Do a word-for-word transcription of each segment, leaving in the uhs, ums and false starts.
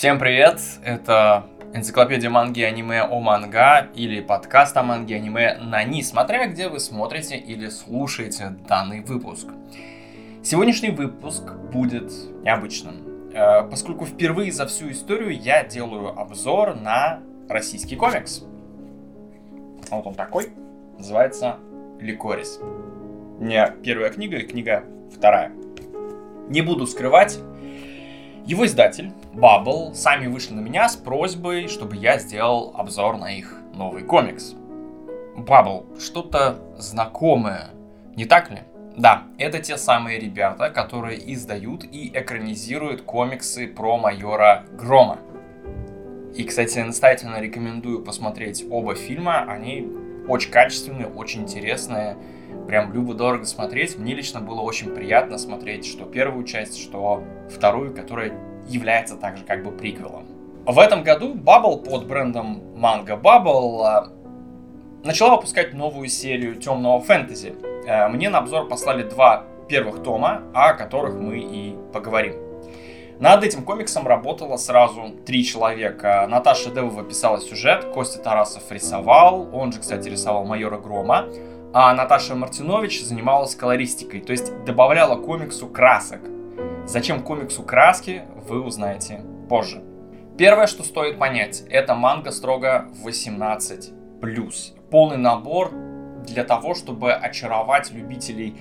Всем привет! Это энциклопедия манги и аниме о манга или подкаст о манге и аниме на ни, смотря где вы смотрите или слушаете данный выпуск. Сегодняшний выпуск будет необычным, поскольку впервые за всю историю я делаю обзор на российский комикс. Вот он такой, называется «Ликорис». Не первая книга, и книга вторая. Не буду скрывать, его издатель, Bubble, сами вышли на меня с просьбой, чтобы я сделал обзор на их новый комикс. Bubble, что-то знакомое, не так ли? Да, это те самые ребята, которые издают и экранизируют комиксы про майора Грома. И, кстати, настоятельно рекомендую посмотреть оба фильма, они очень качественные, очень интересные. Прям любо-дорого смотреть. Мне лично было очень приятно смотреть что первую часть, что вторую, которая является также как бы приквелом. В этом году Bubble под брендом Manga Bubble начала выпускать новую серию темного фэнтези. Мне на обзор послали два первых тома, о которых мы и поговорим. Над этим комиксом работало сразу три человека. Наташа Девова писала сюжет, Костя Тарасов рисовал, он же, кстати, рисовал майора Грома. А Наташа Мартинович занималась колористикой, то есть добавляла комиксу красок. Зачем комиксу краски, вы узнаете позже. Первое, что стоит понять, это манга строго восемнадцать плюс. Полный набор для того, чтобы очаровать любителей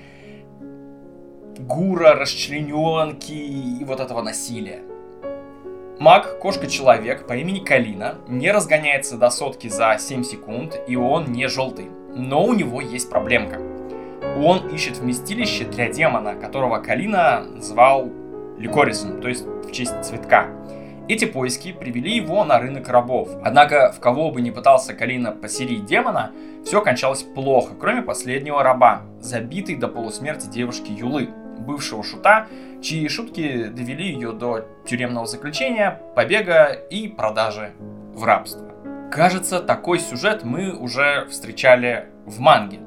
гура, расчлененки и вот этого насилия. Маг, кошка-человек по имени Калина не разгоняется до сотки за семь секунд, и он не желтый. Но у него есть проблемка. Он ищет вместилище для демона, которого Калина назвал Ликорисом, то есть в честь цветка. Эти поиски привели его на рынок рабов. Однако, в кого бы ни пытался Калина поселить демона, все кончалось плохо, кроме последнего раба, забитой до полусмерти девушки Юлы, бывшего шута, чьи шутки довели ее до тюремного заключения, побега и продажи в рабство. Кажется, такой сюжет мы уже встречали в манге.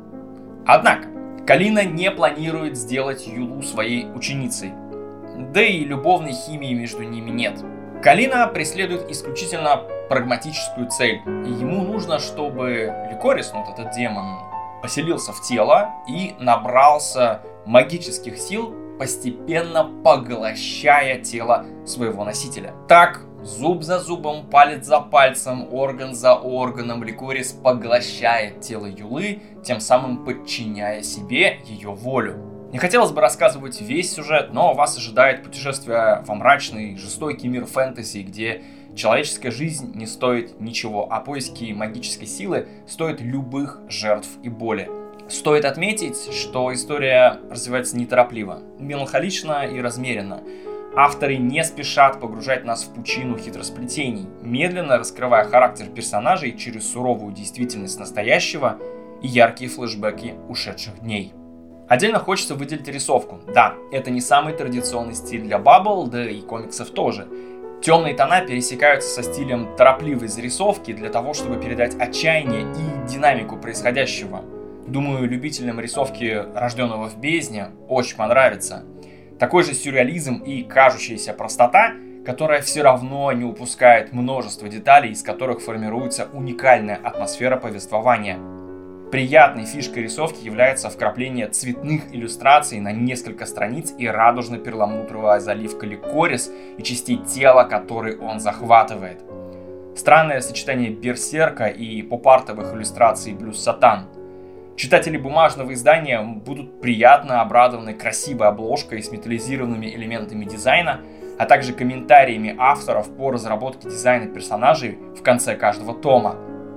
Однако, Калина не планирует сделать Юлу своей ученицей. Да и любовной химии между ними нет. Калина преследует исключительно прагматическую цель. И ему нужно, чтобы Ликорис, вот этот демон, поселился в тело и набрался магических сил, постепенно поглощая тело своего носителя. Так, зуб за зубом, палец за пальцем, орган за органом Ликорис поглощает тело Юлы, тем самым подчиняя себе ее волю. Не хотелось бы рассказывать весь сюжет, но вас ожидает путешествие во мрачный, жестокий мир фэнтези, где человеческая жизнь не стоит ничего, а поиски магической силы стоят любых жертв и боли. Стоит отметить, что история развивается неторопливо, меланхолично и размеренно. Авторы не спешат погружать нас в пучину хитросплетений, медленно раскрывая характер персонажей через суровую действительность настоящего и яркие флешбеки ушедших дней. Отдельно хочется выделить рисовку. Да, это не самый традиционный стиль для Bubble, да и комиксов тоже. Темные тона пересекаются со стилем торопливой зарисовки для того, чтобы передать отчаяние и динамику происходящего. Думаю, любителям рисовки «Рожденного в бездне» очень понравится. Такой же сюрреализм и кажущаяся простота, которая все равно не упускает множество деталей, из которых формируется уникальная атмосфера повествования. Приятной фишкой рисовки является вкрапление цветных иллюстраций на несколько страниц и радужно-перламутровая заливка Ликорис и частей тела, которые он захватывает. Странное сочетание берсерка и поп-артовых иллюстраций Блюз Сатан. Читатели бумажного издания будут приятно обрадованы красивой обложкой с металлизированными элементами дизайна, а также комментариями авторов по разработке дизайна персонажей в конце каждого тома.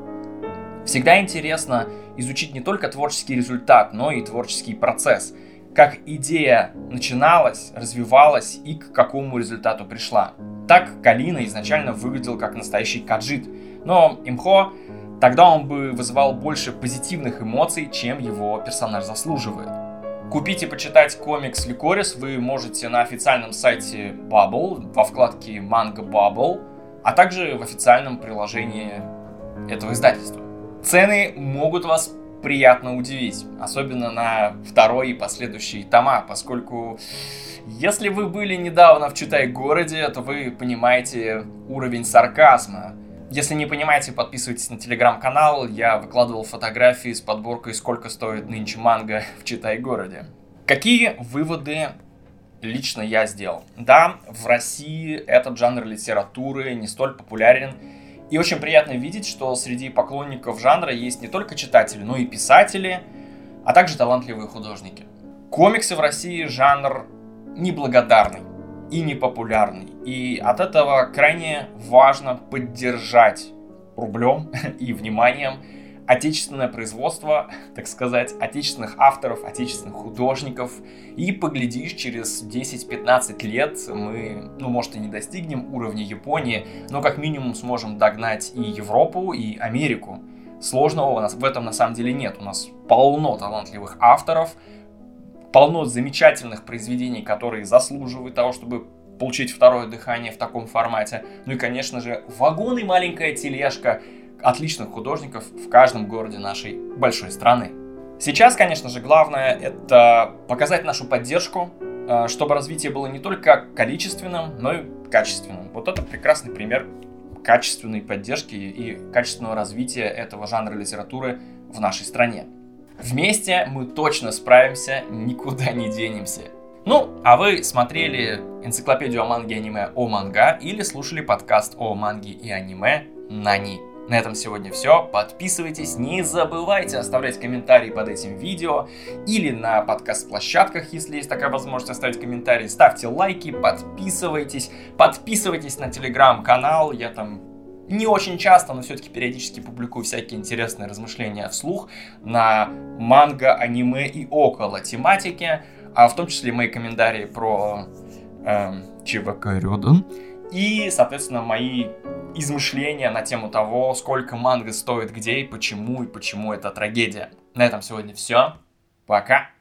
Всегда интересно изучить не только творческий результат, но и творческий процесс. Как идея начиналась, развивалась и к какому результату пришла. Так Калина изначально выглядел как настоящий каджит, но имхо тогда он бы вызывал больше позитивных эмоций, чем его персонаж заслуживает. Купить и почитать комикс Ликорис вы можете на официальном сайте Bubble, во вкладке Manga Bubble, а также в официальном приложении этого издательства. Цены могут вас приятно удивить, особенно на второй и последующие тома, поскольку если вы были недавно в Читай-городе, то вы понимаете уровень сарказма. Если не понимаете, подписывайтесь на телеграм-канал, я выкладывал фотографии с подборкой «Сколько стоит нынче манго в Читай-городе». Какие выводы лично я сделал? Да, в России этот жанр литературы не столь популярен, и очень приятно видеть, что среди поклонников жанра есть не только читатели, но и писатели, а также талантливые художники. Комиксы в России жанр неблагодарный и непопулярный, и от этого крайне важно поддержать рублем и вниманием отечественное производство, так сказать, отечественных авторов, отечественных художников, и поглядишь, через десять-пятнадцать лет мы, ну, может, и не достигнем уровня Японии, но как минимум сможем догнать и Европу, и Америку. Сложного у нас в этом на самом деле нет. У нас полно талантливых авторов, полно замечательных произведений, которые заслуживают того, чтобы получить второе дыхание в таком формате. Ну и, конечно же, вагон и маленькая тележка отличных художников в каждом городе нашей большой страны. Сейчас, конечно же, главное — это показать нашу поддержку, чтобы развитие было не только количественным, но и качественным. Вот это прекрасный пример качественной поддержки и качественного развития этого жанра литературы в нашей стране. Вместе мы точно справимся, никуда не денемся. Ну, а вы смотрели энциклопедию о манге и аниме «О манга» или слушали подкаст о манге и аниме «Нани». На этом сегодня все. Подписывайтесь, не забывайте оставлять комментарии под этим видео или на подкаст-площадках, если есть такая возможность оставить комментарии. Ставьте лайки, подписывайтесь, подписывайтесь на телеграм-канал. Я там не очень часто, но все-таки периодически публикую всякие интересные размышления вслух на манго, аниме и около тематики, а в том числе мои комментарии про э, ЧВК Рёдан и, соответственно, мои измышления на тему того, сколько манго стоит где и почему, и почему это трагедия. На этом сегодня все. Пока!